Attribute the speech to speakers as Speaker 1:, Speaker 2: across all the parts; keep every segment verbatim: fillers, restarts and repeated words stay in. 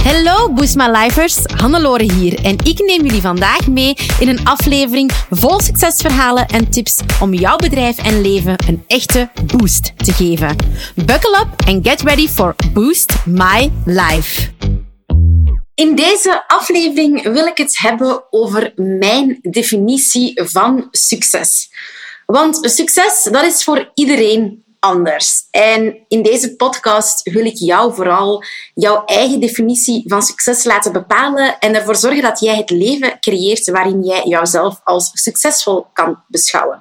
Speaker 1: Hallo Boost My Lifers, Hannelore hier en ik neem jullie vandaag mee in een aflevering vol succesverhalen en tips om jouw bedrijf en leven een echte boost te geven. Buckle up and get ready for Boost My Life. In deze aflevering wil ik het hebben over mijn definitie van succes. Want succes, dat is voor iedereen anders. En in deze podcast wil ik jou vooral jouw eigen definitie van succes laten bepalen en ervoor zorgen dat jij het leven creëert waarin jij jouzelf als succesvol kan beschouwen.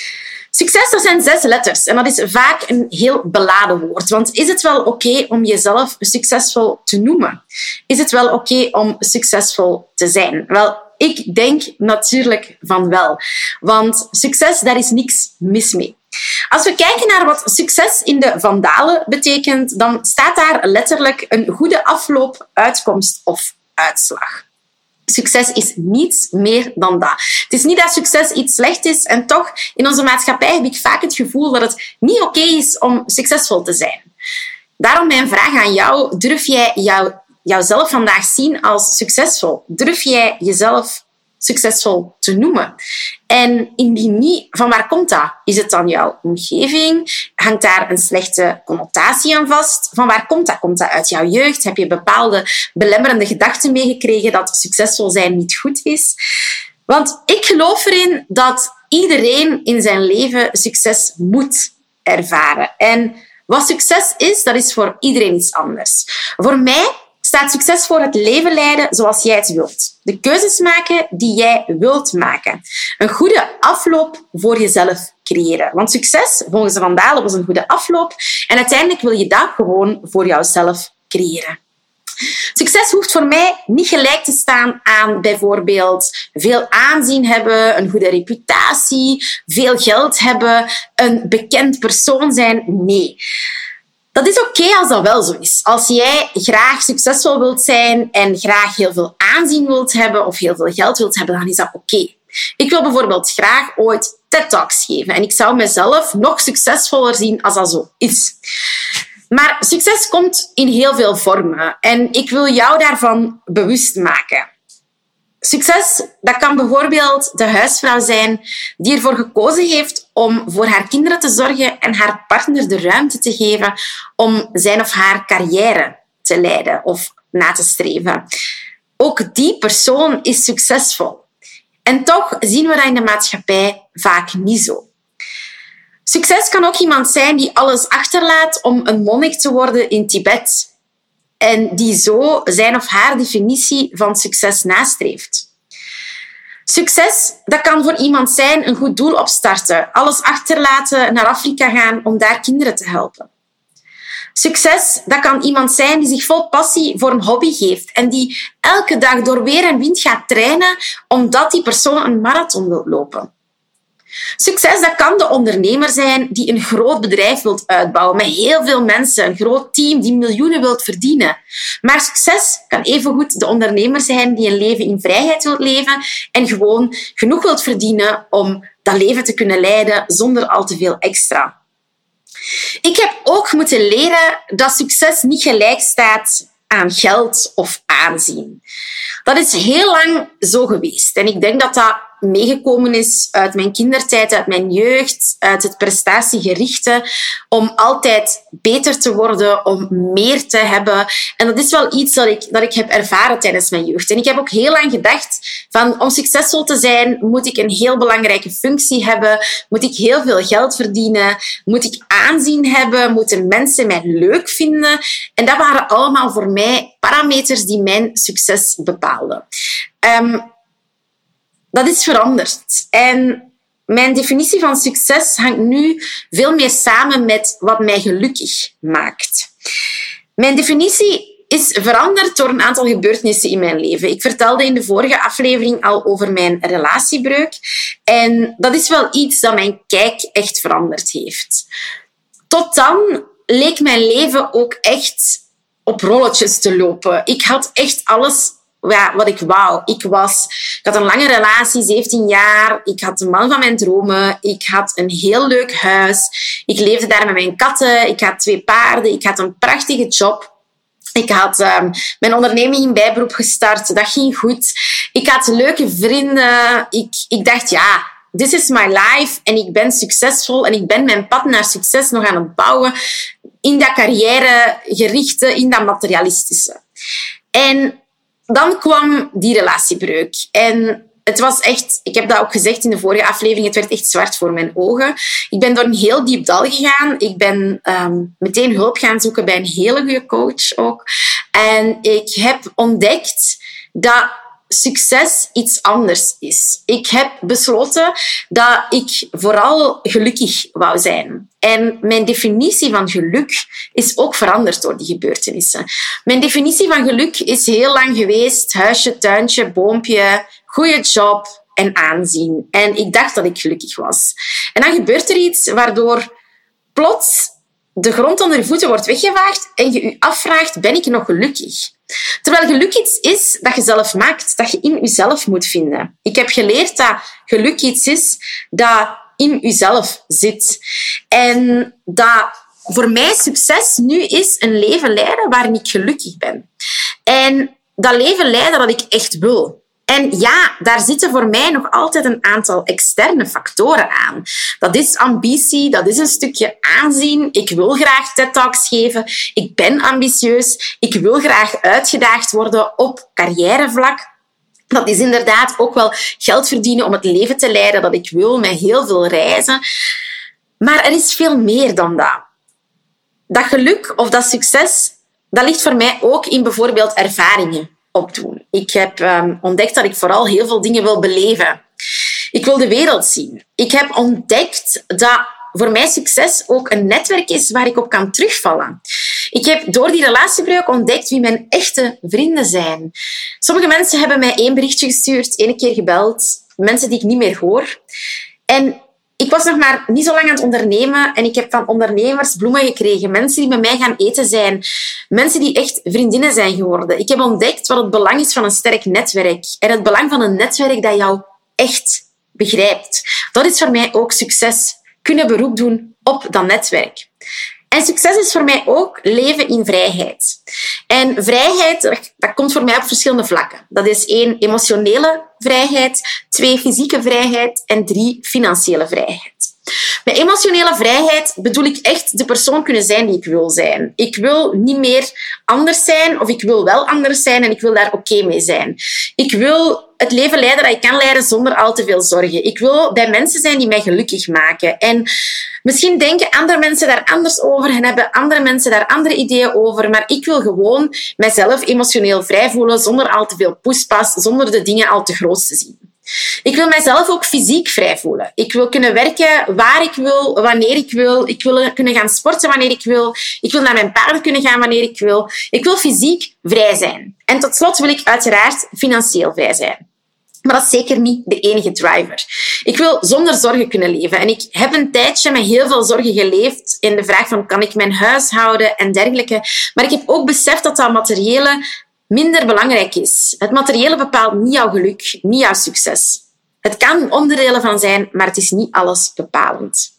Speaker 1: Succes, dat zijn zes letters en dat is vaak een heel beladen woord. Want is het wel oké okay om jezelf succesvol te noemen? Is het wel oké okay om succesvol te zijn? Wel, ik denk natuurlijk van wel. Want succes, daar is niks mis mee. Als we kijken naar wat succes in de Vandalen betekent, dan staat daar letterlijk een goede afloop, uitkomst of uitslag. Succes is niets meer dan dat. Het is niet dat succes iets slecht is en toch, in onze maatschappij heb ik vaak het gevoel dat het niet oké is om succesvol te zijn. Daarom mijn vraag aan jou, durf jij jou, jouzelf vandaag zien als succesvol? Durf jij jezelf succesvol te noemen? En indien niet, van waar komt dat? Is het dan jouw omgeving? Hangt daar een slechte connotatie aan vast? Van waar komt dat? Komt dat uit jouw jeugd? Heb je bepaalde belemmerende gedachten meegekregen dat succesvol zijn niet goed is? Want ik geloof erin dat iedereen in zijn leven succes moet ervaren. En wat succes is, dat is voor iedereen iets anders. Voor mij staat succes voor het leven leiden zoals jij het wilt. De keuzes maken die jij wilt maken. Een goede afloop voor jezelf creëren. Want succes, volgens de Vandalen, was een goede afloop. En uiteindelijk wil je dat gewoon voor jouzelf creëren. Succes hoeft voor mij niet gelijk te staan aan bijvoorbeeld veel aanzien hebben, een goede reputatie, veel geld hebben, een bekend persoon zijn. Nee. Dat is oké okay als dat wel zo is. Als jij graag succesvol wilt zijn en graag heel veel aanzien wilt hebben of heel veel geld wilt hebben, dan is dat oké. Okay. Ik wil bijvoorbeeld graag ooit TED-talks geven en ik zou mezelf nog succesvoller zien als dat zo is. Maar succes komt in heel veel vormen en ik wil jou daarvan bewust maken. Succes, dat kan bijvoorbeeld de huisvrouw zijn die ervoor gekozen heeft om voor haar kinderen te zorgen en haar partner de ruimte te geven om zijn of haar carrière te leiden of na te streven. Ook die persoon is succesvol. En toch zien we dat in de maatschappij vaak niet zo. Succes kan ook iemand zijn die alles achterlaat om een monnik te worden in Tibet. En die zo zijn of haar definitie van succes nastreeft. Succes, dat kan voor iemand zijn een goed doel opstarten, alles achterlaten, naar Afrika gaan om daar kinderen te helpen. Succes, dat kan iemand zijn die zich vol passie voor een hobby geeft en die elke dag door weer en wind gaat trainen omdat die persoon een marathon wil lopen. Succes, dat kan de ondernemer zijn die een groot bedrijf wilt uitbouwen met heel veel mensen, een groot team die miljoenen wilt verdienen. Maar succes kan evengoed de ondernemer zijn die een leven in vrijheid wilt leven en gewoon genoeg wilt verdienen om dat leven te kunnen leiden zonder al te veel extra. Ik heb ook moeten leren dat succes niet gelijk staat aan geld of aanzien. Dat is heel lang zo geweest. En ik denk dat dat meegekomen is uit mijn kindertijd, uit mijn jeugd, uit het prestatiegerichte, om altijd beter te worden, om meer te hebben. En dat is wel iets dat ik, dat ik heb ervaren tijdens mijn jeugd. En ik heb ook heel lang gedacht van, om succesvol te zijn, moet ik een heel belangrijke functie hebben, moet ik heel veel geld verdienen, moet ik aanzien hebben, moeten mensen mij leuk vinden. En dat waren allemaal voor mij parameters die mijn succes bepaalden. Um, Dat is veranderd. En mijn definitie van succes hangt nu veel meer samen met wat mij gelukkig maakt. Mijn definitie is veranderd door een aantal gebeurtenissen in mijn leven. Ik vertelde in de vorige aflevering al over mijn relatiebreuk. En dat is wel iets dat mijn kijk echt veranderd heeft. Tot dan leek mijn leven ook echt op rolletjes te lopen. Ik had echt alles ja, wat ik wou. Ik, was, ik had een lange relatie, zeventien jaar. Ik had de man van mijn dromen. Ik had een heel leuk huis. Ik leefde daar met mijn katten. Ik had twee paarden. Ik had een prachtige job. Ik had um, mijn onderneming in bijberoep gestart. Dat ging goed. Ik had leuke vrienden. Ik, ik dacht, ja, this is my life. En ik ben succesvol. En ik ben mijn pad naar succes nog aan het bouwen. In dat carrièregerichte, in dat materialistische. En dan kwam die relatiebreuk. En het was echt, ik heb dat ook gezegd in de vorige aflevering, het werd echt zwart voor mijn ogen. Ik ben door een heel diep dal gegaan. Ik ben um, meteen hulp gaan zoeken bij een hele goede coach ook. En ik heb ontdekt dat succes iets anders is. Ik heb besloten dat ik vooral gelukkig wou zijn. En mijn definitie van geluk is ook veranderd door die gebeurtenissen. Mijn definitie van geluk is heel lang geweest: huisje, tuintje, boompje, goede job en aanzien. En ik dacht dat ik gelukkig was. En dan gebeurt er iets waardoor plots de grond onder je voeten wordt weggevaagd en je je afvraagt, ben ik nog gelukkig? Terwijl geluk iets is dat je zelf maakt, dat je in jezelf moet vinden. Ik heb geleerd dat geluk iets is dat in jezelf zit. En dat voor mij succes nu is een leven leiden waarin ik gelukkig ben. En dat leven leiden dat ik echt wil. En ja, daar zitten voor mij nog altijd een aantal externe factoren aan. Dat is ambitie, dat is een stukje aanzien. Ik wil graag TED-talks geven. Ik ben ambitieus. Ik wil graag uitgedaagd worden op carrièrevlak. Dat is inderdaad ook wel geld verdienen om het leven te leiden dat ik wil, met heel veel reizen. Maar er is veel meer dan dat. Dat geluk of dat succes, dat ligt voor mij ook in bijvoorbeeld ervaringen opdoen. Ik heb um, ontdekt dat ik vooral heel veel dingen wil beleven. Ik wil de wereld zien. Ik heb ontdekt dat voor mij succes ook een netwerk is waar ik op kan terugvallen. Ik heb door die relatiebreuk ontdekt wie mijn echte vrienden zijn. Sommige mensen hebben mij één berichtje gestuurd, één keer gebeld. Mensen die ik niet meer hoor. En ik was nog maar niet zo lang aan het ondernemen en ik heb van ondernemers bloemen gekregen. Mensen die met mij gaan eten zijn. Mensen die echt vriendinnen zijn geworden. Ik heb ontdekt wat het belang is van een sterk netwerk. En het belang van een netwerk dat jou echt begrijpt. Dat is voor mij ook succes. Kunnen beroep doen op dat netwerk. En succes is voor mij ook leven in vrijheid. En vrijheid, dat komt voor mij op verschillende vlakken. Dat is één, emotionele vrijheid. Twee, fysieke vrijheid. En drie, financiële vrijheid. Met emotionele vrijheid bedoel ik echt de persoon kunnen zijn die ik wil zijn. Ik wil niet meer anders zijn, of ik wil wel anders zijn en ik wil daar oké mee zijn. Ik wil het leven leiden dat ik kan leiden zonder al te veel zorgen. Ik wil bij mensen zijn die mij gelukkig maken. En misschien denken andere mensen daar anders over en hebben andere mensen daar andere ideeën over, maar ik wil gewoon mijzelf emotioneel vrij voelen zonder al te veel poespas, zonder de dingen al te groot te zien. Ik wil mijzelf ook fysiek vrij voelen. Ik wil kunnen werken waar ik wil, wanneer ik wil. Ik wil kunnen gaan sporten wanneer ik wil. Ik wil naar mijn paarden kunnen gaan wanneer ik wil. Ik wil fysiek vrij zijn. En tot slot wil ik uiteraard financieel vrij zijn. Maar dat is zeker niet de enige driver. Ik wil zonder zorgen kunnen leven. En ik heb een tijdje met heel veel zorgen geleefd in de vraag van, kan ik mijn huis houden en dergelijke. Maar ik heb ook beseft dat dat materiële minder belangrijk is. Het materiële bepaalt niet jouw geluk, niet jouw succes. Het kan onderdelen van zijn, maar het is niet alles bepalend.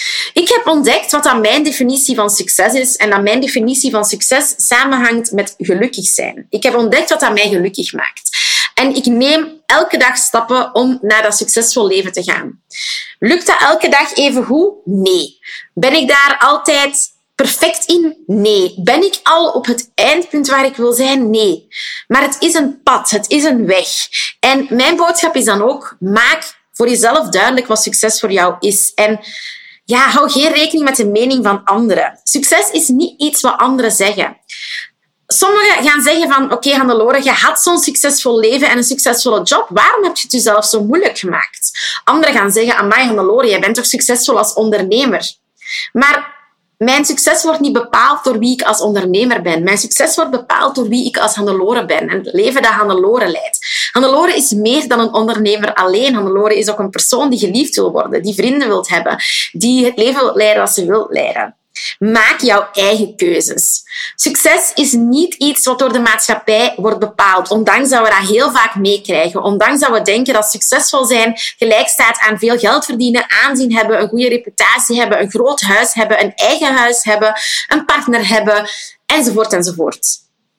Speaker 1: Ik heb ontdekt wat dan mijn definitie van succes is en dat mijn definitie van succes samenhangt met gelukkig zijn. Ik heb ontdekt wat dat mij gelukkig maakt. En ik neem elke dag stappen om naar dat succesvol leven te gaan. Lukt dat elke dag even goed? Nee. Ben ik daar altijd perfect in? Nee. Ben ik al op het eindpunt waar ik wil zijn? Nee. Maar het is een pad, het is een weg. En mijn boodschap is dan ook, maak voor jezelf duidelijk wat succes voor jou is. En ja, hou geen rekening met de mening van anderen. Succes is niet iets wat anderen zeggen. Sommigen gaan zeggen van, oké, okay, Hannelore, je had zo'n succesvol leven en een succesvolle job. Waarom heb je het jezelf zo moeilijk gemaakt? Anderen gaan zeggen, amai, Hannelore, jij bent toch succesvol als ondernemer? Maar mijn succes wordt niet bepaald door wie ik als ondernemer ben. Mijn succes wordt bepaald door wie ik als Hannelore ben en het leven dat Hannelore leidt. Hannelore is meer dan een ondernemer alleen. Hannelore is ook een persoon die geliefd wil worden, die vrienden wil hebben, die het leven wil leiden dat ze wil leiden. Maak jouw eigen keuzes. Succes is niet iets wat door de maatschappij wordt bepaald, ondanks dat we dat heel vaak meekrijgen. Ondanks dat we denken dat succesvol zijn gelijk staat aan veel geld verdienen, aanzien hebben, een goede reputatie hebben, een groot huis hebben, een eigen huis hebben, een partner hebben, enzovoort enzovoort.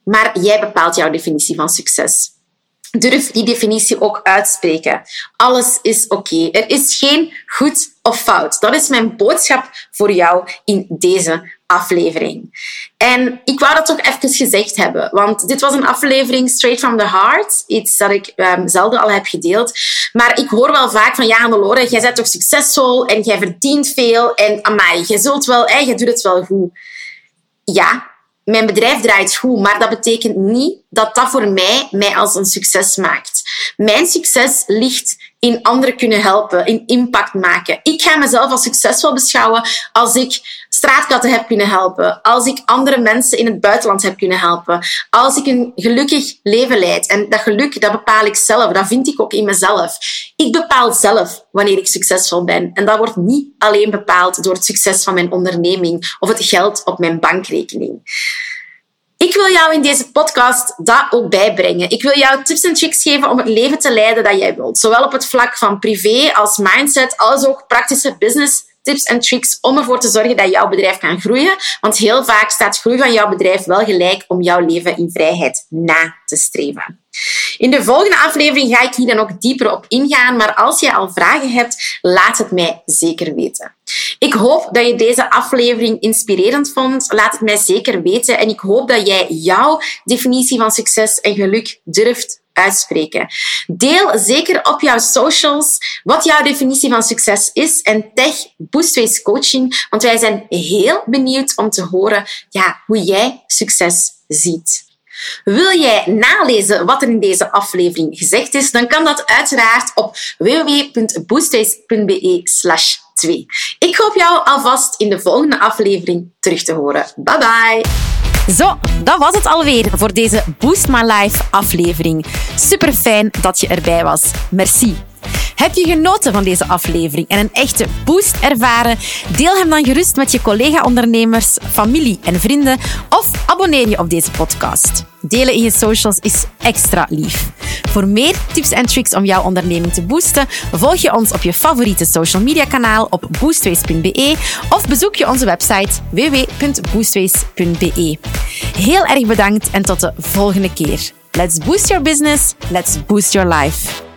Speaker 1: maar jij bepaalt jouw definitie van succes. Durf die definitie ook uitspreken. Alles is oké. Okay. Er is geen goed of fout. Dat is mijn boodschap voor jou in deze aflevering. En ik wou dat toch even gezegd hebben, want dit was een aflevering straight from the heart. Iets dat ik um, zelden al heb gedeeld. Maar ik hoor wel vaak van, ja, Hannelore, jij bent toch succesvol en jij verdient veel en amai, jij zult wel, eh, jij doet het wel goed. Ja, mijn bedrijf draait goed, maar dat betekent niet dat dat voor mij mij als een succes maakt. Mijn succes ligt in anderen kunnen helpen, in impact maken. Ik ga mezelf als succesvol beschouwen als ik straatkatten heb kunnen helpen, als ik andere mensen in het buitenland heb kunnen helpen, als ik een gelukkig leven leid. En dat geluk, dat bepaal ik zelf, dat vind ik ook in mezelf. Ik bepaal zelf wanneer ik succesvol ben. En dat wordt niet alleen bepaald door het succes van mijn onderneming of het geld op mijn bankrekening. Ik wil jou in deze podcast dat ook bijbrengen. Ik wil jou tips en tricks geven om het leven te leiden dat jij wilt. Zowel op het vlak van privé als mindset, als ook praktische business tips en tricks om ervoor te zorgen dat jouw bedrijf kan groeien. Want heel vaak staat groei van jouw bedrijf wel gelijk om jouw leven in vrijheid na te streven. In de volgende aflevering ga ik hier dan ook dieper op ingaan, maar als je al vragen hebt, laat het mij zeker weten. Ik hoop dat je deze aflevering inspirerend vond. Laat het mij zeker weten en ik hoop dat jij jouw definitie van succes en geluk durft uitspreken. Deel zeker op jouw socials wat jouw definitie van succes is en tag Boostways Coaching, want wij zijn heel benieuwd om te horen ja, hoe jij succes ziet. Wil jij nalezen wat er in deze aflevering gezegd is, dan kan dat uiteraard op w w w punt boostways punt b e slash twee. Ik hoop jou alvast in de volgende aflevering terug te horen. Bye bye!
Speaker 2: Zo, dat was het alweer voor deze Boost My Life aflevering. Super fijn dat je erbij was. Merci. Heb je genoten van deze aflevering en een echte boost ervaren? Deel hem dan gerust met je collega-ondernemers, familie en vrienden of abonneer je op deze podcast. Delen in je socials is extra lief. Voor meer tips en tricks om jouw onderneming te boosten, volg je ons op je favoriete social media kanaal op boostways punt b e of bezoek je onze website w w w punt boostways punt b e. Heel erg bedankt en tot de volgende keer. Let's boost your business, let's boost your life.